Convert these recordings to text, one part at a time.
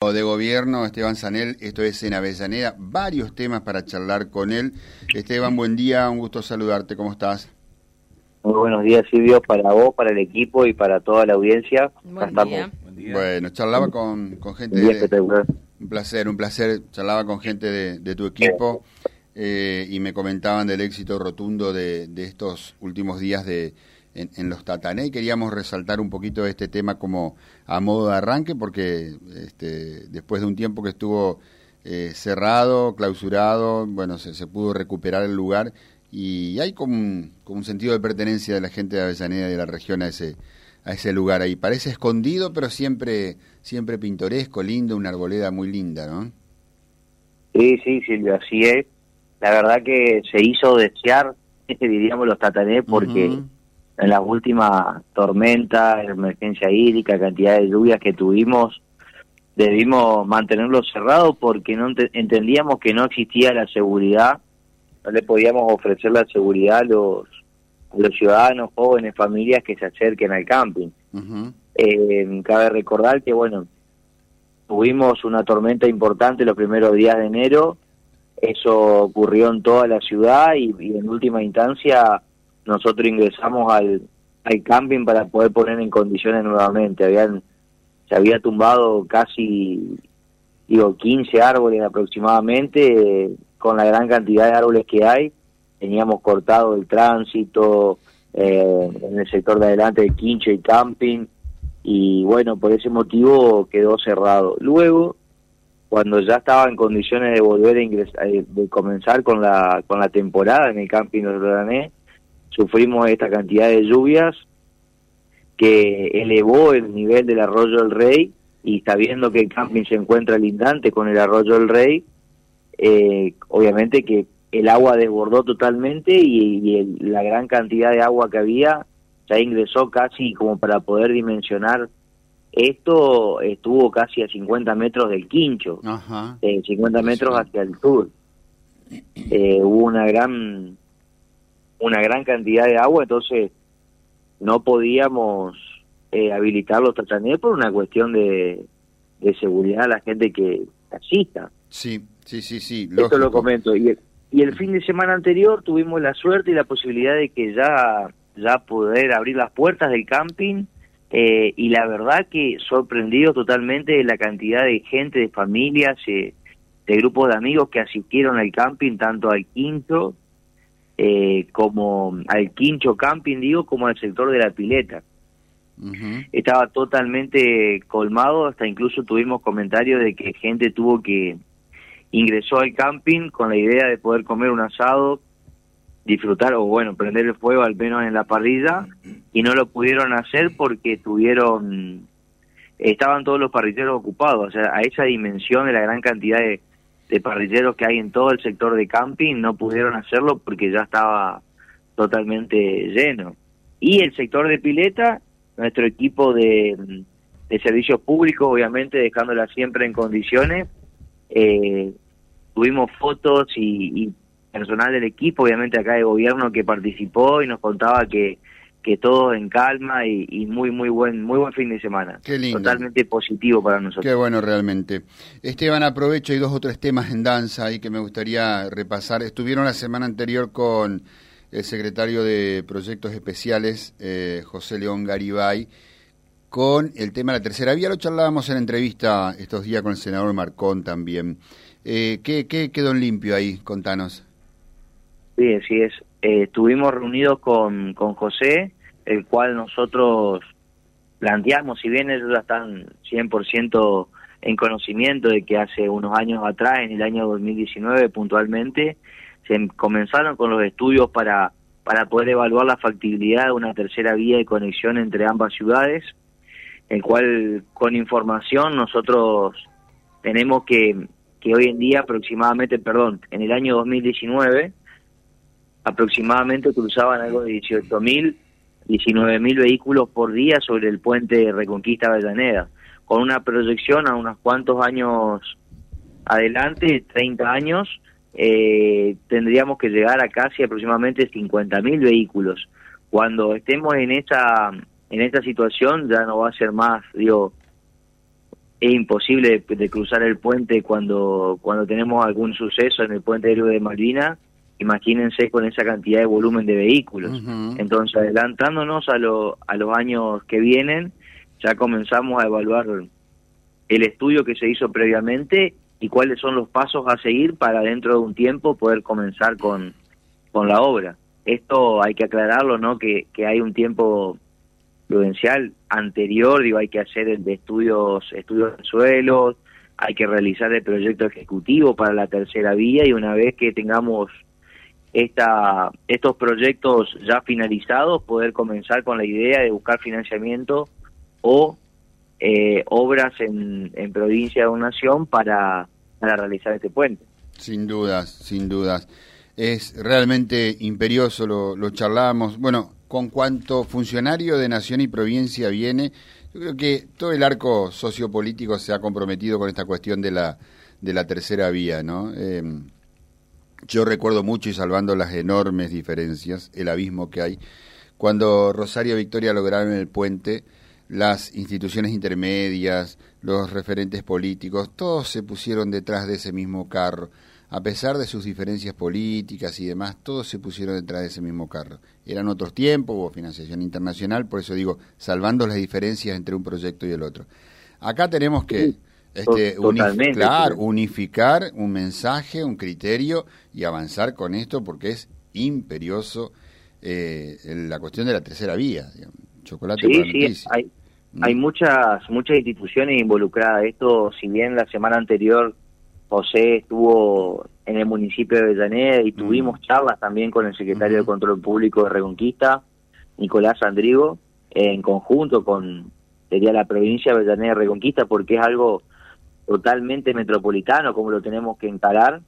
equipo de gobierno, Esteban Zanel, esto es en Avellaneda, varios temas para charlar con él. Esteban, buen día, un gusto saludarte, ¿cómo estás? Muy buenos días, Silvio, para vos, para el equipo y para toda la audiencia. Buen día. Bueno, charlaba con gente un placer, charlaba con gente de tu equipo y me comentaban del éxito rotundo de estos últimos días en los Tatané, y queríamos resaltar un poquito este tema como a modo de arranque, porque después de un tiempo que estuvo cerrado, clausurado, bueno, se pudo recuperar el lugar y hay como un sentido de pertenencia de la gente de Avellaneda y de la región a ese lugar ahí. Parece escondido, pero siempre pintoresco, lindo, una arboleda muy linda, ¿no? Sí, Silvio, así es. La verdad que se hizo desear, diríamos, los Tatané, porque en las últimas tormentas, emergencia hídrica, cantidad de lluvias que tuvimos, debimos mantenerlo cerrado porque no entendíamos que no existía la seguridad, no le podíamos ofrecer la seguridad a los ciudadanos, jóvenes, familias que se acerquen al camping. Cabe recordar que, bueno, tuvimos una tormenta importante los primeros días de enero, eso ocurrió en toda la ciudad y en última instancia nosotros ingresamos al camping para poder poner en condiciones nuevamente. Se había tumbado casi, 15 árboles aproximadamente, con la gran cantidad de árboles que hay. Teníamos cortado el tránsito en el sector de adelante del Quincho y Camping, y bueno, por ese motivo quedó cerrado. Luego, cuando ya estaba en condiciones de volver a ingresar, de comenzar con la temporada en el Camping de Tatané, sufrimos esta cantidad de lluvias que elevó el nivel del Arroyo del Rey, y sabiendo que el camping se encuentra lindante con el Arroyo del Rey, obviamente que el agua desbordó totalmente y la gran cantidad de agua que había ya ingresó casi, como para poder dimensionar esto, estuvo casi a 50 metros del Quincho, 50 metros hacia el sur. Hubo una gran cantidad de agua, entonces no podíamos habilitar los Tatané por una cuestión de seguridad a la gente que asista. Sí. Esto lo comento. Y el fin de semana anterior tuvimos la suerte y la posibilidad de que ya poder abrir las puertas del camping, y la verdad que sorprendido totalmente de la cantidad de gente, de familias, de grupos de amigos que asistieron al camping, tanto al Quincho como al Quincho Camping, como al sector de la pileta. Estaba totalmente colmado, hasta incluso tuvimos comentarios de que gente ingresó al camping con la idea de poder comer un asado, disfrutar o bueno, prender el fuego al menos en la parrilla, y no lo pudieron hacer porque estaban todos los parrilleros ocupados. O sea, a esa dimensión de la gran cantidad de parrilleros que hay en todo el sector de camping, no pudieron hacerlo porque ya estaba totalmente lleno. Y el sector de pileta, nuestro equipo de servicios públicos, obviamente dejándola siempre en condiciones, tuvimos fotos y personal del equipo, obviamente acá de gobierno, que participó y nos contaba que todo en calma y muy buen fin de semana. Qué lindo. Totalmente positivo para nosotros. Qué bueno realmente. Esteban, aprovecho, hay 2 o 3 temas en danza ahí que me gustaría repasar. Estuvieron la semana anterior con el secretario de Proyectos Especiales, José León Garibay, con el tema de la tercera vía. Lo charlábamos en entrevista estos días con el senador Marcón también. ¿Qué quedó en limpio ahí? Contanos. Sí, así es. Estuvimos reunidos con José, el cual nosotros planteamos, si bien ellos ya están 100% en conocimiento de que hace unos años atrás, en el año 2019 puntualmente, se comenzaron con los estudios para poder evaluar la factibilidad de una tercera vía de conexión entre ambas ciudades, el cual con información nosotros tenemos que hoy en día en el año 2019 aproximadamente cruzaban algo de 18.000, 19.000 vehículos por día sobre el puente Reconquista Avellaneda, con una proyección a unos cuantos años adelante, 30 años, tendríamos que llegar a casi aproximadamente 50.000 vehículos. Cuando estemos en esta situación ya no va a ser más, es imposible de cruzar el puente cuando tenemos algún suceso en el puente de Héroe de Malvinas. Imagínense con esa cantidad de volumen de vehículos. Entonces, adelantándonos a los años que vienen, ya comenzamos a evaluar el estudio que se hizo previamente y cuáles son los pasos a seguir para dentro de un tiempo poder comenzar con la obra. Esto hay que aclararlo, ¿no? Que hay un tiempo prudencial anterior, hay que hacer el de estudios de suelos, hay que realizar el proyecto ejecutivo para la tercera vía, y una vez que tengamos estos proyectos ya finalizados, poder comenzar con la idea de buscar financiamiento o obras en provincia o nación para realizar este puente. Sin dudas. Es realmente imperioso, lo charlábamos. Bueno, con cuanto funcionario de nación y provincia viene, yo creo que todo el arco sociopolítico se ha comprometido con esta cuestión de la tercera vía, ¿no? Yo recuerdo mucho, y salvando las enormes diferencias, el abismo que hay, cuando Rosario y Victoria lograron el puente, las instituciones intermedias, los referentes políticos, todos se pusieron detrás de ese mismo carro. A pesar de sus diferencias políticas y demás, todos se pusieron detrás de ese mismo carro. Eran otros tiempos, hubo financiación internacional, por eso digo, salvando las diferencias entre un proyecto y el otro. Acá tenemos que unificar un mensaje, un criterio y avanzar con esto, porque es imperioso la cuestión de la tercera vía. Digamos. Chocolate para la noticia. Hay muchas instituciones involucradas. Esto, si bien la semana anterior José estuvo en el municipio de Avellaneda y tuvimos charlas también con el secretario de Control Público de Reconquista, Nicolás Andrigo, en conjunto con, sería la provincia de Avellaneda y Reconquista, porque es algo totalmente metropolitano, como lo tenemos que encarar.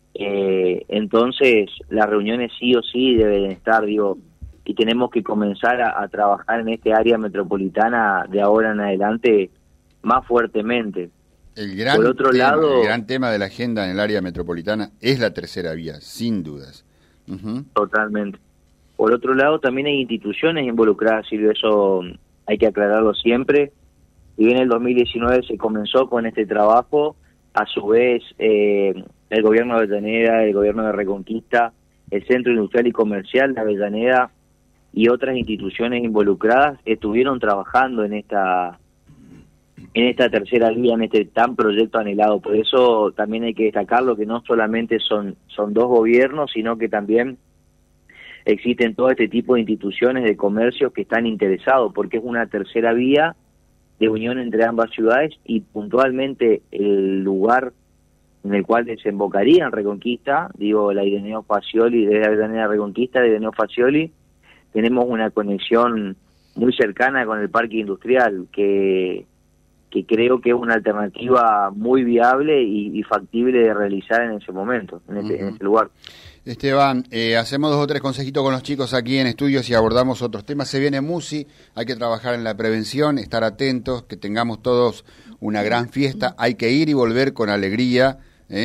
Entonces, las reuniones sí o sí deben estar, y tenemos que comenzar a trabajar en este área metropolitana de ahora en adelante más fuertemente. Por otro lado, el gran tema de la agenda en el área metropolitana es la tercera vía, sin dudas. Totalmente. Por otro lado, también hay instituciones involucradas, Silvio, eso hay que aclararlo siempre. Si bien en el 2019 se comenzó con este trabajo, a su vez el gobierno de Avellaneda, el gobierno de Reconquista, el Centro Industrial y Comercial de Avellaneda y otras instituciones involucradas estuvieron trabajando en esta tercera vía, en este tan proyecto anhelado. Por eso también hay que destacarlo, que no solamente son dos gobiernos, sino que también existen todo este tipo de instituciones de comercio que están interesados, porque es una tercera vía de unión entre ambas ciudades, y puntualmente el lugar en el cual desembocaría en Reconquista, la Ireneo Facioli, desde Avellaneda Reconquista, de Ireneo Facioli, tenemos una conexión muy cercana con el parque industrial, que creo que es una alternativa muy viable y factible de realizar en ese momento, en ese lugar. Esteban, hacemos 2 o 3 consejitos con los chicos aquí en estudios y abordamos otros temas. Se viene Musi, hay que trabajar en la prevención, estar atentos, que tengamos todos una gran fiesta. Hay que ir y volver con alegría,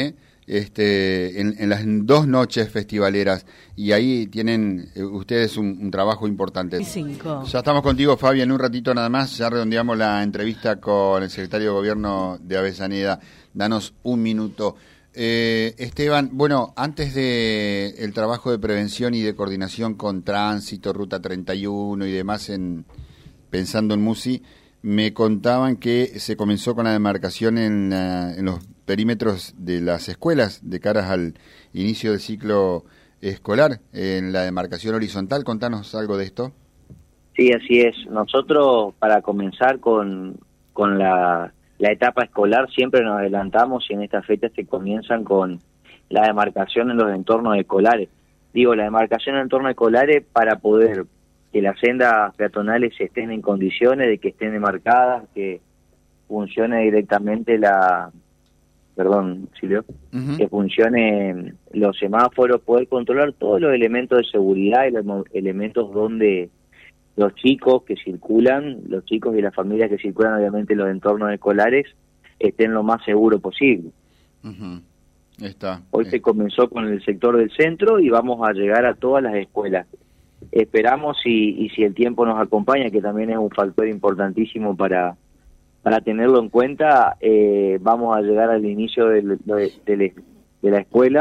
en las 2 noches festivaleras, y ahí tienen ustedes un trabajo importante. 5. Ya estamos contigo, Fabi, en un ratito nada más, ya redondeamos la entrevista con el secretario de Gobierno de Avellaneda. Danos un minuto. Esteban, bueno, antes de el trabajo de prevención y de coordinación con tránsito, Ruta 31 y demás, pensando en Musi, me contaban que se comenzó con la demarcación en los perímetros de las escuelas de cara al inicio del ciclo escolar, en la demarcación horizontal. Contanos algo de esto. Sí, así es. Nosotros, para comenzar con la etapa escolar, siempre nos adelantamos, y en estas fechas se comienzan con la demarcación en los entornos escolares. La demarcación en entornos escolares para poder que las sendas peatonales estén en condiciones de que estén demarcadas, que funcione directamente que funcione los semáforos, poder controlar todos los elementos de seguridad y los elementos donde los chicos que circulan, los chicos y las familias que circulan obviamente en los entornos escolares, estén lo más seguro posible. Hoy se comenzó con el sector del centro y vamos a llegar a todas las escuelas. Esperamos, y si el tiempo nos acompaña, que también es un factor importantísimo para para tenerlo en cuenta, vamos a llegar al inicio de la escuela,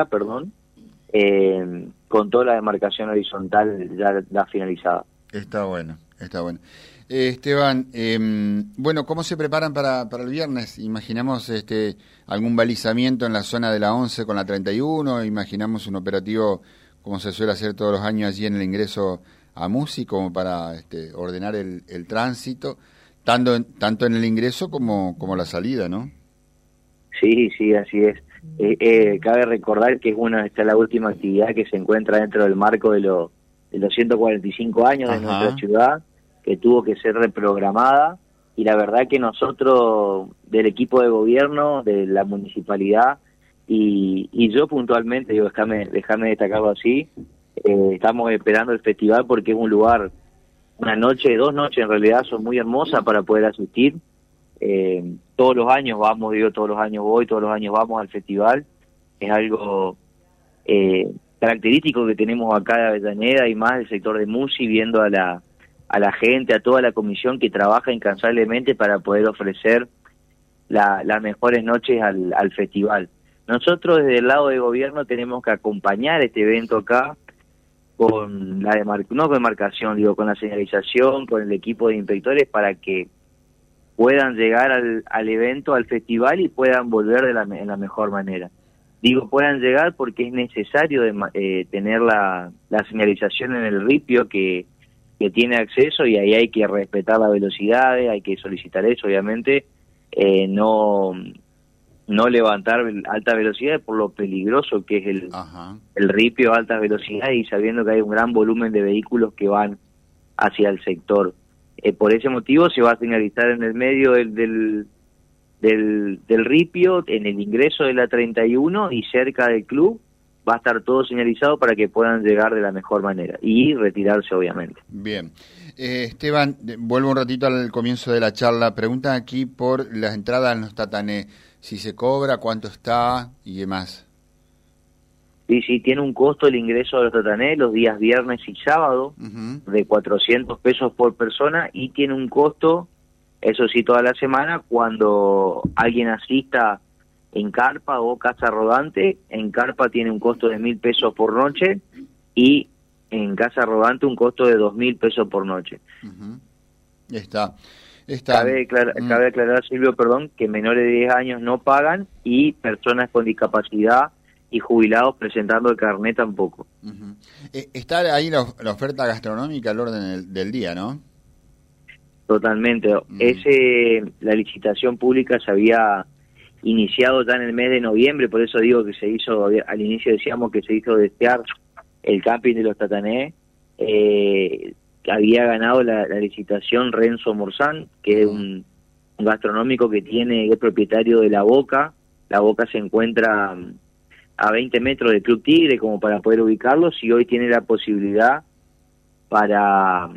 con toda la demarcación horizontal ya finalizada. Está bueno, está bueno. Esteban, bueno, ¿cómo se preparan para el viernes? Imaginamos algún balizamiento en la zona de la 11 con la 31, imaginamos un operativo como se suele hacer todos los años allí en el ingreso a Musi, como para ordenar el tránsito, tanto en el ingreso como la salida, ¿no? Sí, así es. Cabe recordar que esta es la última actividad que se encuentra dentro del marco de los 145 años de nuestra ciudad, que tuvo que ser reprogramada, y la verdad que nosotros del equipo de gobierno, de la municipalidad, y yo puntualmente, déjame destacarlo así, estamos esperando el festival porque es un lugar, una noche, 2 noches en realidad son muy hermosas para poder asistir. Todos los años vamos, todos los años voy, todos los años vamos al festival. Es algo característico que tenemos acá de Avellaneda y más del sector de Musi, viendo a la gente, a toda la comisión que trabaja incansablemente para poder ofrecer las mejores noches al festival. Nosotros desde el lado de gobierno tenemos que acompañar este evento acá con no demarcación, con la señalización, con el equipo de inspectores para que puedan llegar al evento, al festival, y puedan volver en la mejor manera. Puedan llegar porque es necesario tener la señalización en el ripio que tiene acceso, y ahí hay que respetar las velocidades, hay que solicitar eso, obviamente, no levantar alta velocidad por lo peligroso que es el ripio a altas velocidades, y sabiendo que hay un gran volumen de vehículos que van hacia el sector. Por ese motivo se va a señalizar en el medio del ripio, en el ingreso de la 31 y cerca del club, va a estar todo señalizado para que puedan llegar de la mejor manera y retirarse, obviamente. Bien. Esteban, vuelvo un ratito al comienzo de la charla. Preguntan aquí por las entradas en los Tatané. Si se cobra, cuánto está y demás. Sí, tiene un costo el ingreso a los Tatané los días viernes y sábado, de 400 pesos por persona, y tiene un costo, eso sí, toda la semana, cuando alguien asista en carpa o casa rodante. En carpa tiene un costo de 1.000 pesos por noche, y en casa rodante un costo de 2.000 pesos por noche. Está. Cabe aclarar, Silvio, que menores de 10 años no pagan, y personas con discapacidad y jubilados presentando el carnet tampoco. Está ahí la oferta gastronómica al orden del día, ¿no? Totalmente. La licitación pública se había iniciado ya en el mes de noviembre, por eso digo que se hizo, al inicio decíamos que se hizo desear el camping de los Tatané. Había ganado la licitación Renzo Morzán, que es un gastronómico que es propietario de La Boca. La Boca se encuentra a 20 metros del Club Tigre, como para poder ubicarlos, y hoy tiene la posibilidad para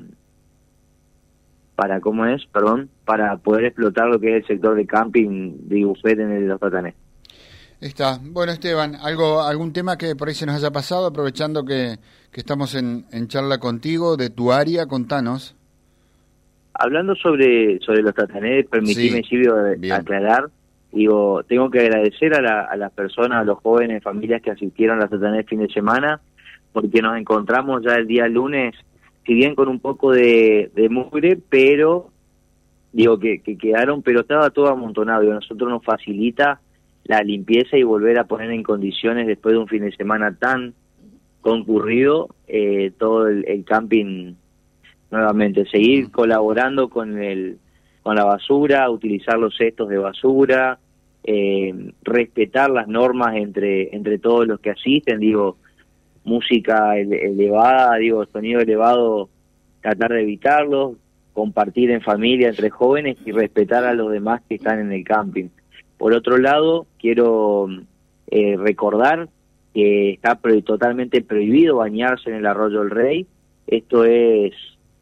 poder explotar lo que es el sector de camping de buffet en los Tatané. Está. Bueno, Esteban, algún tema que por ahí se nos haya pasado, aprovechando que estamos en charla contigo, de tu área, contanos. Hablando sobre los Tatané, permitime, Silvio, aclarar. Tengo que agradecer a las personas, a los jóvenes, familias que asistieron a las Tatané el fin de semana, porque nos encontramos ya el día lunes, si bien con un poco de mugre, pero que quedaron, pero estaba todo amontonado, y a nosotros nos facilita la limpieza y volver a poner en condiciones, después de un fin de semana tan concurrido, todo el camping nuevamente. Seguir colaborando con la basura, utilizar los cestos de basura, respetar las normas entre todos los que asisten, música elevada, sonido elevado, tratar de evitarlo, compartir en familia entre jóvenes y respetar a los demás que están en el camping. Por otro lado, quiero recordar que está totalmente prohibido bañarse en el Arroyo del Rey. Esto es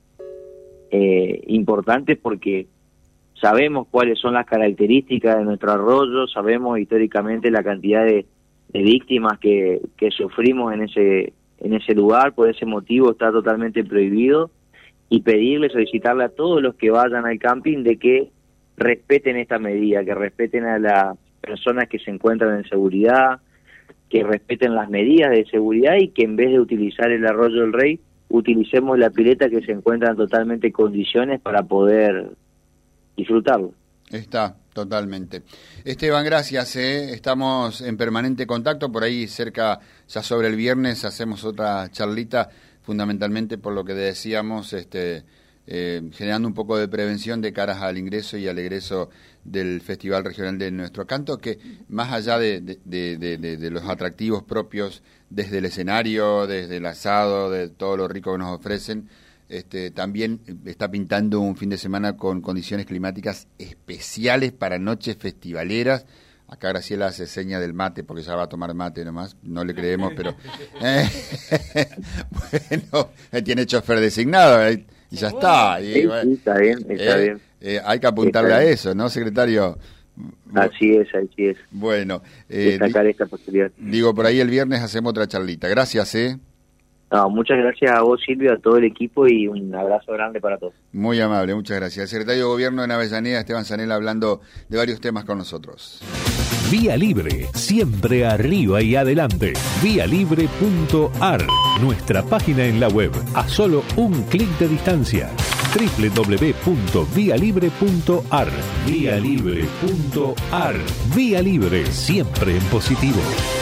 importante porque sabemos cuáles son las características de nuestro arroyo, sabemos históricamente la cantidad de víctimas que sufrimos en ese lugar. Por ese motivo está totalmente prohibido, y solicitarle a todos los que vayan al camping de que respeten esta medida, que respeten a las personas que se encuentran en seguridad, que respeten las medidas de seguridad y que en vez de utilizar el Arroyo del Rey, utilicemos la pileta que se encuentra en totalmente condiciones para poder disfrutarlo. Está, totalmente. Esteban, gracias. Estamos en permanente contacto. Por ahí cerca, ya sobre el viernes, hacemos otra charlita, fundamentalmente por lo que decíamos, generando un poco de prevención de caras al ingreso y al egreso del Festival Regional de Nuestro Canto, que más allá de los atractivos propios desde el escenario, desde el asado, de todo lo rico que nos ofrecen, también está pintando un fin de semana con condiciones climáticas especiales para noches festivaleras. Acá Graciela hace seña del mate, porque ya va a tomar mate nomás, no le creemos, pero bueno, tiene chofer designado, y ya está. Y, sí, está bien, está bien. Hay que apuntarle a eso, ¿no, secretario? Así es. Bueno, destacar esta posibilidad. Digo, por ahí el viernes hacemos otra charlita. Gracias, No, muchas gracias a vos, Silvio, a todo el equipo y un abrazo grande para todos. Muy amable, muchas gracias. El secretario de Gobierno de Avellaneda, Esteban Zanella, hablando de varios temas con nosotros. Vía Libre, siempre arriba y adelante. Vialibre.ar, nuestra página en la web, a solo un clic de distancia. www.vialibre.ar. Vialibre.ar. Vía Libre, siempre en positivo.